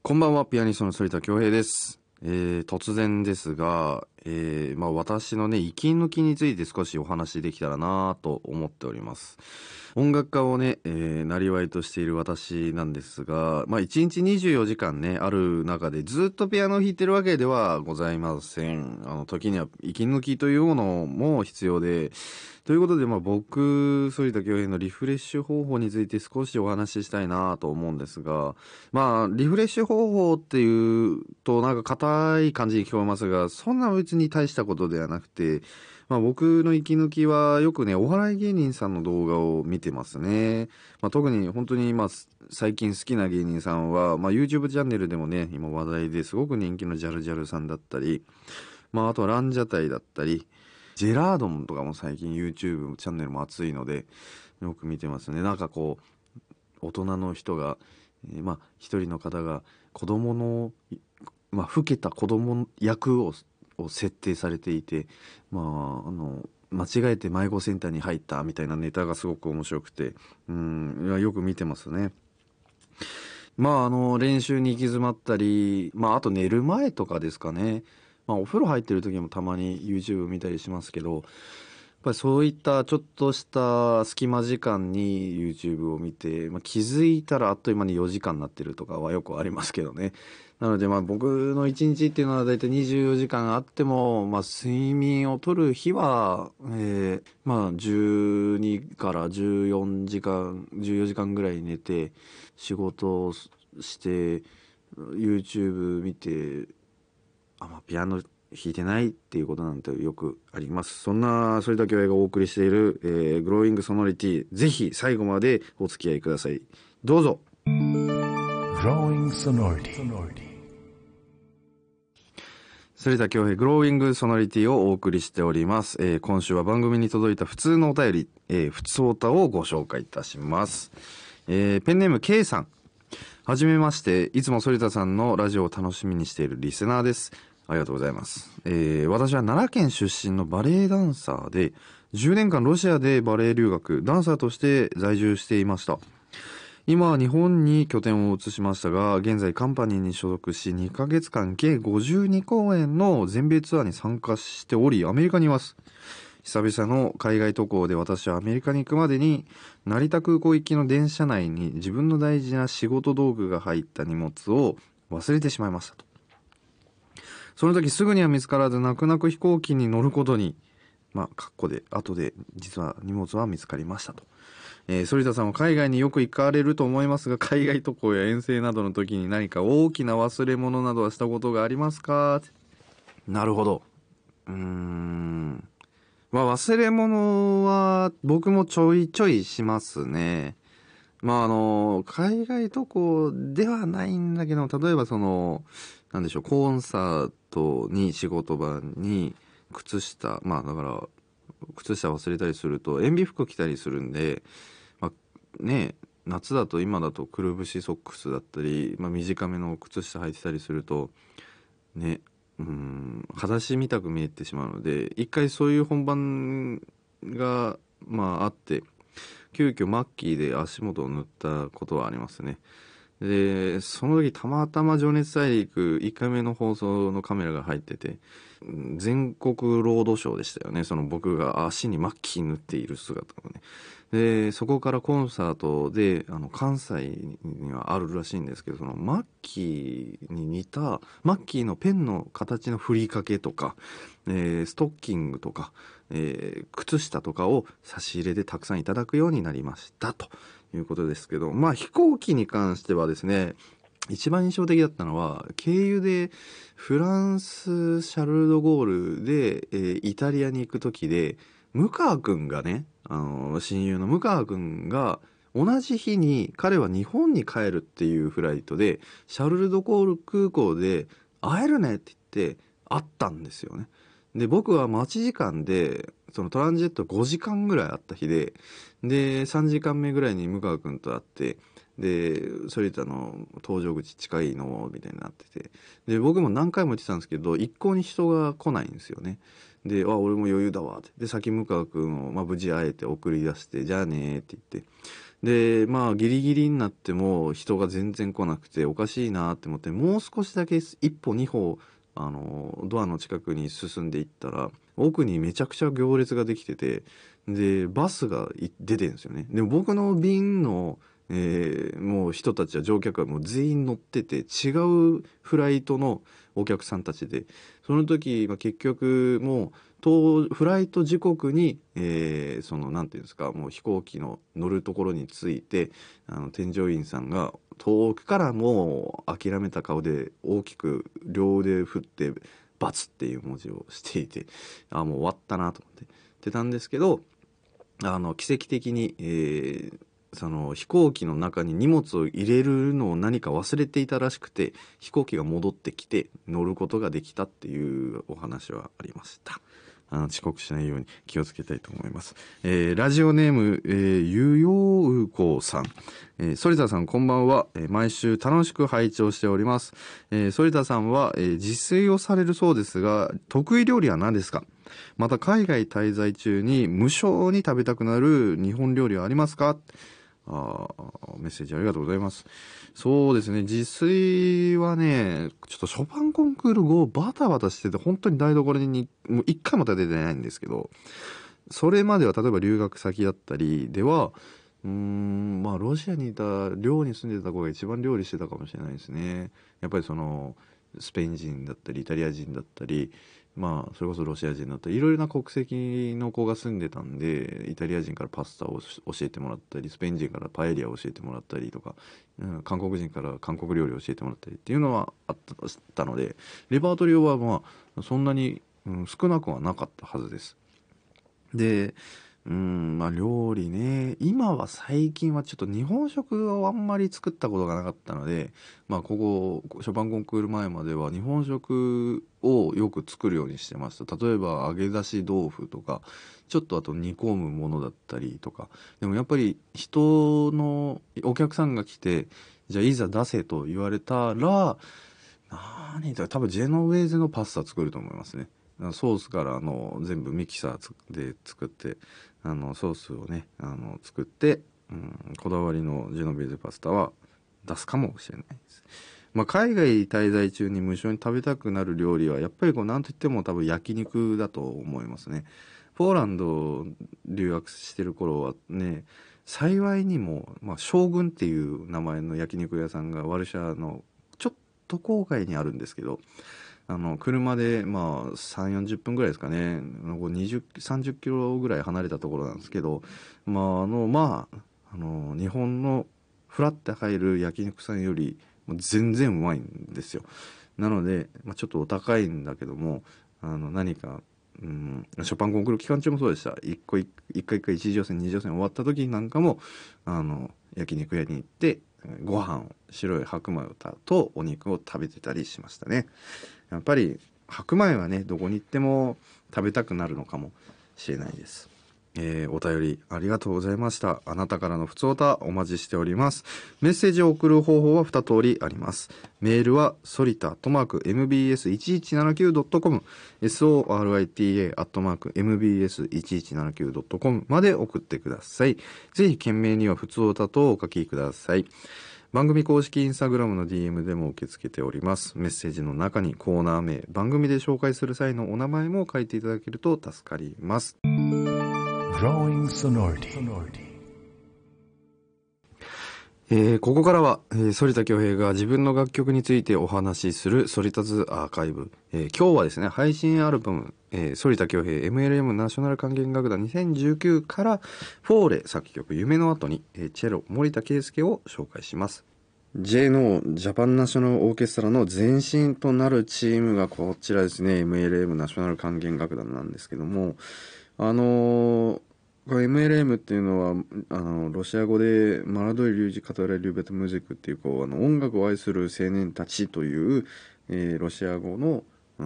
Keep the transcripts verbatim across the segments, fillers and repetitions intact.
こんばんは、ピアニストの反田恭平です。えー、突然ですが、えー、まあ私のね、息抜きについて少しお話できたらなと思っております。音楽家をね、えー、なりわいとしている私なんですが、まあいちにちにじゅうよじかんね、ある中でずっとピアノを弾いてるわけではございません。あの、時には息抜きというものも必要で、ということで、まあ僕、反田恭平のリフレッシュ方法について少しお話ししたいなと思うんですが、まあ、リフレッシュ方法っていうとなんか硬い感じに聞こえますが、そんな別に大したことではなくて、まあ僕の息抜きはよくね、お笑い芸人さんの動画を見てますね。まあ特に本当にまあ最近好きな芸人さんは、まあ YouTube チャンネルでもね、今話題ですごく人気のジャルジャルさんだったり、まああとはランジャタイだったり、ジェラードンとかも最近 YouTube チャンネルも熱いので、よく見てますね。なんかこう、大人の人が、えーまあ一人の方が子供の、まあ老けた子供役をを設定されていて、まああの間違えて迷子センターに入ったみたいなネタがすごく面白くて、うん、いやよく見てますね。まああの練習に行き詰まったり、まああと寝る前とかですかね。まあお風呂入ってる時もたまに YouTube 見たりしますけど、やっぱりそういったちょっとした隙間時間に YouTube を見て、まあ、気づいたらあっという間によじかんになってるとかはよくありますけどね。なのでまあ僕のいちにちっていうのはだいたいにじゅうよじかんあっても、まあ睡眠をとる日は、えー、まあじゅうにからじゅうよじかん、じゅうよじかんぐらい寝て、仕事をして、YouTube 見て、あ、まあ、ピアノ弾いてないっていうことなんてよくあります。そんな反田恭平がお送りしている、えー、グローイングソノリティ、ぜひ最後までお付き合いください。どうぞ。Growing Sonority。反田恭平グローイングソノリティをお送りしております。えー、今週は番組に届いた普通のお便り、えー、普通おたをご紹介いたします。えー、ペンネーム K さん。はじめまして、いつも反田さんのラジオを楽しみにしているリスナーです。ありがとうございます。えー、私は奈良県出身のバレエダンサーで、じゅうねんかんロシアでバレエ留学、ダンサーとして在住していました。今は日本に拠点を移しましたが、現在カンパニーに所属しにかげつかん計ごじゅうにこうえんの全米ツアーに参加しており、アメリカにいます。久々の海外渡航で私はアメリカに行くまでに成田空港行きの電車内に自分の大事な仕事道具が入った荷物を忘れてしまいましたと。その時すぐには見つからず泣く泣く飛行機に乗ることに、まあ、カッコで後で実は荷物は見つかりましたと。えー、反田さんは海外によく行かれると思いますが、海外渡航や遠征などの時に何か大きな忘れ物などはしたことがありますか？なるほど。うーん。まあ忘れ物は僕もちょいちょいしますね。まああの、海外渡航ではないんだけど、例えばその、なんでしょう、コンサートに仕事場に靴下、まあだから、靴下忘れたりすると塩ビ服着たりするんで、まあね、夏だと今だとくるぶしソックスだったり、まあ短めの靴下履いてたりすると、ね、うん、裸足見たく見えてしまうので、一回そういう本番が、まああって、急遽マッキーで足元を塗ったことはありますね。で、その時たまたま情熱大陸いっかいめの放送のカメラが入ってて、全国ロードショーでしたよね。その僕が足にマッキー塗っている姿をね。で、そこからコンサートで、あの、関西にはあるらしいんですけど、そのマッキーに似た、マッキーのペンの形のふりかけとか、えー、ストッキングとか、えー、靴下とかを差し入れでたくさんいただくようになりましたということですけど、まあ飛行機に関してはですね、一番印象的だったのは経由でフランスシャルル・ド・ゴールで、えー、イタリアに行く時で向川くんがね、あの親友の向川くんが同じ日に彼は日本に帰るっていうフライトでシャルル・ド・ゴール空港で会えるねって言って会ったんですよね。で僕は待ち時間でそのトランジェットごじかんぐらいあった日で、でさんじかんめぐらいに向川くんと会って、で反田の搭乗口近いのみたいになってて、で僕も何回も言ってたんですけど一向に人が来ないんですよね。で、あ、俺も余裕だわって。で、先向川くんを、まあ、無事会えて送り出して、じゃあねーって言って。 でまあギリギリになっても人が全然来なくておかしいなって思って、もう少しだけ一歩二歩あのドアの近くに進んでいったら奥にめちゃくちゃ行列ができてて、でバスがい出てるんですよね。でも僕の便の、えーもう人たちは乗客はもう全員乗ってて、違うフライトのお客さんたちで、その時、まあ、結局もうとフライト時刻に、えーそのなんていうんですか、もう飛行機の乗るところに着いて、あの添乗員さんが遠くからもう諦めた顔で大きく両腕振ってバツっていう文字をしていて、あもう終わったなと思ってってたんですけど、あの奇跡的に、えーその飛行機の中に荷物を入れるのを何か忘れていたらしくて、飛行機が戻ってきて乗ることができたっていうお話はありました。あの遅刻しないように気をつけたいと思います。えーラジオネーム、えーゆようこさん、えー、反田さんこんばんは、えー毎週楽しく拝聴しております。えー反田さんは、えー自炊をされるそうですが、得意料理は何ですか？また海外滞在中に無償に食べたくなる日本料理はありますか？あーメッセージありがとうございます。そうですね、自炊はね、ちょっとショパンコンクール後バタバタしてて本当に台所にもう一回も立ててないんですけど、それまでは例えば留学先だったりでは、うーんまあロシアにいた寮に住んでた子が一番料理してたかもしれないですね。やっぱりそのスペイン人だったりイタリア人だったり、まあそれこそロシア人だったりいろいろな国籍の子が住んでたんで、イタリア人からパスタを教えてもらったり、スペイン人からパエリアを教えてもらったりとか、うん、韓国人から韓国料理を教えてもらったりっていうのはあったので、レパートリーはまあそんなに、うん、少なくはなかったはずです。で、うん、まあ料理ね、今は最近はちょっと日本食をあんまり作ったことがなかったので、まあここショパンコンクール前までは日本食をよく作るようにしてました。例えば揚げ出し豆腐とか、ちょっとあと煮込むものだったりとか。でもやっぱり人のお客さんが来て、じゃあいざ出せと言われたら、何だ多分ジェノベーゼのパスタ作ると思いますね。ソースからあの全部ミキサーで作って、あのソースをねあの作って、うん、こだわりのジェノベーゼパスタは出すかもしれないです。まあ、海外滞在中に無償に食べたくなる料理はやっぱりこう何と言っても多分焼肉だと思いますね。ポーランド留学してる頃はね、幸いにも、まあ、将軍っていう名前の焼肉屋さんがワルシャワのちょっと郊外にあるんですけど、あの車でまあさんじゅうよんじゅっぷんぐらいですかね、にじゅう、さんじゅっキロぐらい離れたところなんですけど、まああのまああの日本のフラッて入る焼肉さんよりもう全然うまいんですよ。なので、まあ、ちょっとお高いんだけども、あの何か、うん、ショパンコンクール期間中もそうでした。一個一一回一回一次予選二次予選終わった時なんかもあの焼肉屋に行ってご飯を白い白米をたとお肉を食べてたりしましたね。やっぱり白米はねどこに行っても食べたくなるのかもしれないです。えー、お便りありがとうございました。あなたからのふつおたお待ちしております。メッセージを送る方法はに通りあります。メールはソリタアットマーク エムビーエスいちいちななきゅうドットコム ソリタ アットマーク エムビーエスいちいちななきゅうドットコム まで送ってください。ぜひ件名にはふつおたとお書きください。番組公式インスタグラムの ディーエム でも受け付けております。メッセージの中にコーナー名、番組で紹介する際のお名前も書いていただけると助かります。Growing Sonority、えー、ここからは、えー、反田恭平が自分の楽曲についてお話しする反田ズアーカイブ、えー、今日はですね配信アルバム、えー、反田恭平 エムエルエム ナショナル管弦楽団にせんじゅうきゅうからフォーレ作曲夢の後に、えー、チェロ森田圭佑を紹介します。 ジェイ のジャパンナショナルオーケストラの前身となるチームがこちらですね。 エムエルエム ナショナル管弦楽団なんですけども、あのーこれ エムエルエム っていうのはあのロシア語でマラドイ・リュージ・カトラ・リューベト・ムジックっていう、こうあの音楽を愛する青年たちという、えーロシア語の、うん、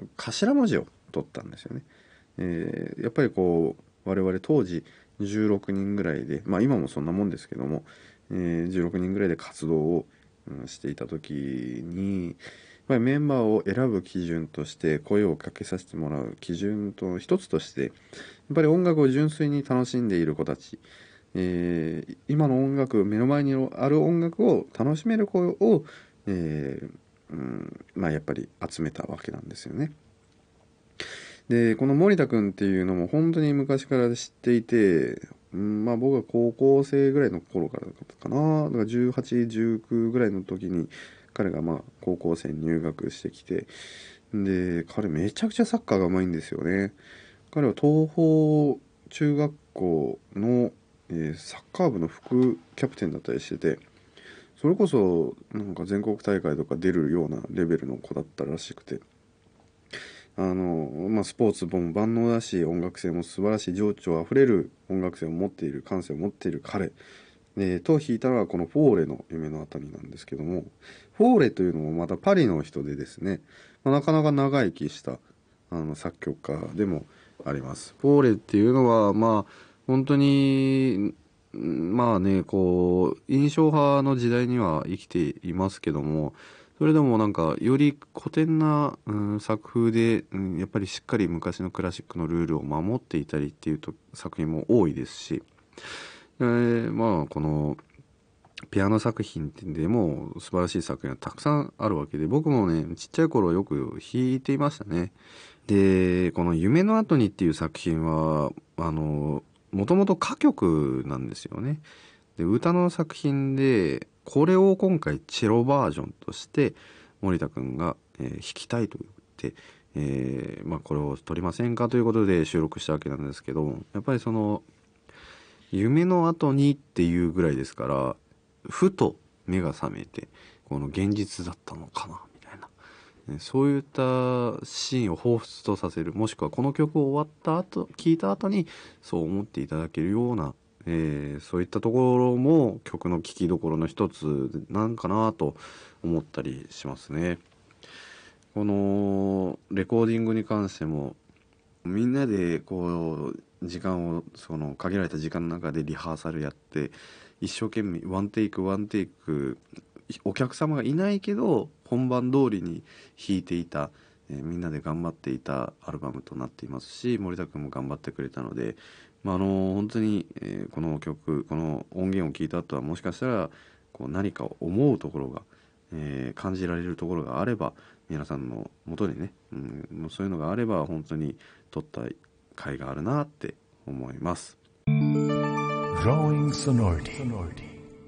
頭文字を取ったんですよね。えーやっぱりこう我々当時じゅうろくにんぐらいで、まあ今もそんなもんですけども、えーじゅうろくにんぐらいで活動を、うんしていた時に、やっぱりメンバーを選ぶ基準として声をかけさせてもらう基準と一つとして、やっぱり音楽を純粋に楽しんでいる子たちえー今の音楽、目の前にある音楽を楽しめる子を、えーうんまあ、やっぱり集めたわけなんですよね。でこの森田くんっていうのも本当に昔から知っていて、うんまあ、僕が高校生ぐらいの頃からかな、だからじゅうはち、じゅうきゅうぐらいの時に彼がまあ高校生に入学してきて、で彼めちゃくちゃサッカーが上手いんですよね。彼は東邦中学校の、えーサッカー部の副キャプテンだったりしてて、それこそなんか全国大会とか出るようなレベルの子だったらしくて、あの、まあ、スポーツも万能だし、音楽性も素晴らしい、情緒あふれる音楽性を持っている、感性を持っている彼、でと弾いたのはこのフォーレの夢のあたりなんですけども、フォーレというのもまたパリの人でですね、まあ、なかなか長生きしたあの作曲家でもあります。フォーレっていうのはまあ本当にまあね、こう印象派の時代には生きていますけども、それでもなんかより古典な、うん、作風で、うん、やっぱりしっかり昔のクラシックのルールを守っていたりっていうと作品も多いですし、えーまあこのピアノ作品でも素晴らしい作品がたくさんあるわけで、僕もねちっちゃい頃よく弾いていましたね。でこの「夢の後に」っていう作品はあのもともと歌曲なんですよね。で歌の作品で、これを今回チェロバージョンとして森田くんが、えー弾きたいと言って、えーまあ、これを撮りませんかということで収録したわけなんですけど、やっぱりその夢の後にっていうぐらいですから、ふと目が覚めてこの現実だったのかなみたいな、ねそういったシーンを彷彿とさせる、もしくはこの曲を終わった後聴いた後にそう思っていただけるような、えーそういったところも曲の聴きどころの一つなんかなと思ったりしますね。このレコーディングに関してもみんなでこう時間をその限られた時間の中でリハーサルやって一生懸命ワンテイクワンテイク、お客様がいないけど本番通りに弾いていた、えーみんなで頑張っていたアルバムとなっていますし、森田君も頑張ってくれたので、まあ、あの本当に、えーこの曲この音源を聞いた後はもしかしたらこう何かを思うところが、えー感じられるところがあれば皆さんの元にね、うん、もうそういうのがあれば本当に撮った甲斐があるなって思います。Growing Sonority。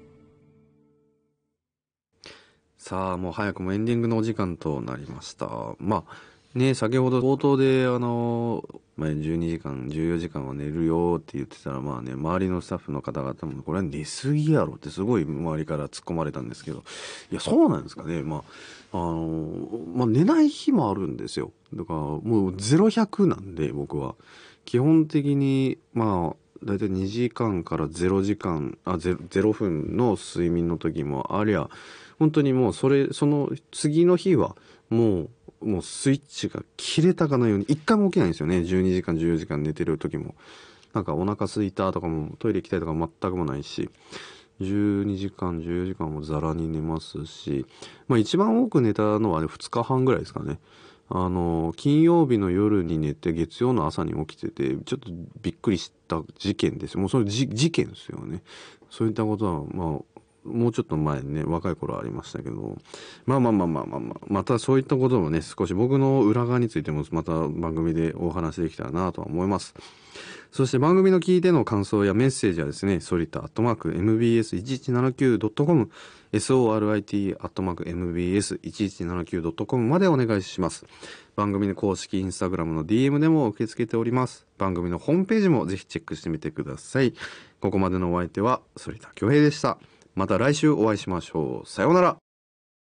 さあもう早くもエンディングのお時間となりました。まあね、先ほど冒頭であの、まあ、じゅうにじかんじゅうよじかんは寝るよって言ってたら、まあね周りのスタッフの方々もこれは寝すぎやろってすごい周りから突っ込まれたんですけど、いやそうなんですかね。まああのまあ寝ない日もあるんですよ。だからもうゼロひゃくなんで僕は基本的にまあだいたいにじかんからゼロじかんあゼロ、ゼロふんの睡眠の時もありゃ、本当にもうそれその次の日はもうもうスイッチが切れたかのように一回も起きないんですよね。じゅうにじかんじゅうよじかん寝てる時もなんかお腹空いたとかもトイレ行きたいとか全くもないし、じゅうにじかんじゅうよじかんもザラに寝ますし、まあ一番多く寝たのは、ね、ふつかはんぐらいですかね。あの金曜日の夜に寝て月曜の朝に起きててちょっとびっくりした事件です。もうそれじ事件ですよね。そういったことはまあもうちょっと前にね若い頃ありましたけど、まあまあまあまあまあまあまたそういったこともね少し僕の裏側についてもまた番組でお話できたらなとは思います。そして番組の聞いての感想やメッセージはですね、ソリタアットマーク エムビーエスいちいちななきゅうドットコム、ソリタ アットマーク エムビーエスいちいちななきゅうドットコム までお願いします。番組の公式インスタグラムの ディーエム でも受け付けております。番組のホームページもぜひチェックしてみてください。ここまでのお相手は反田恭平でした。また来週お会いしましょう。さようなら。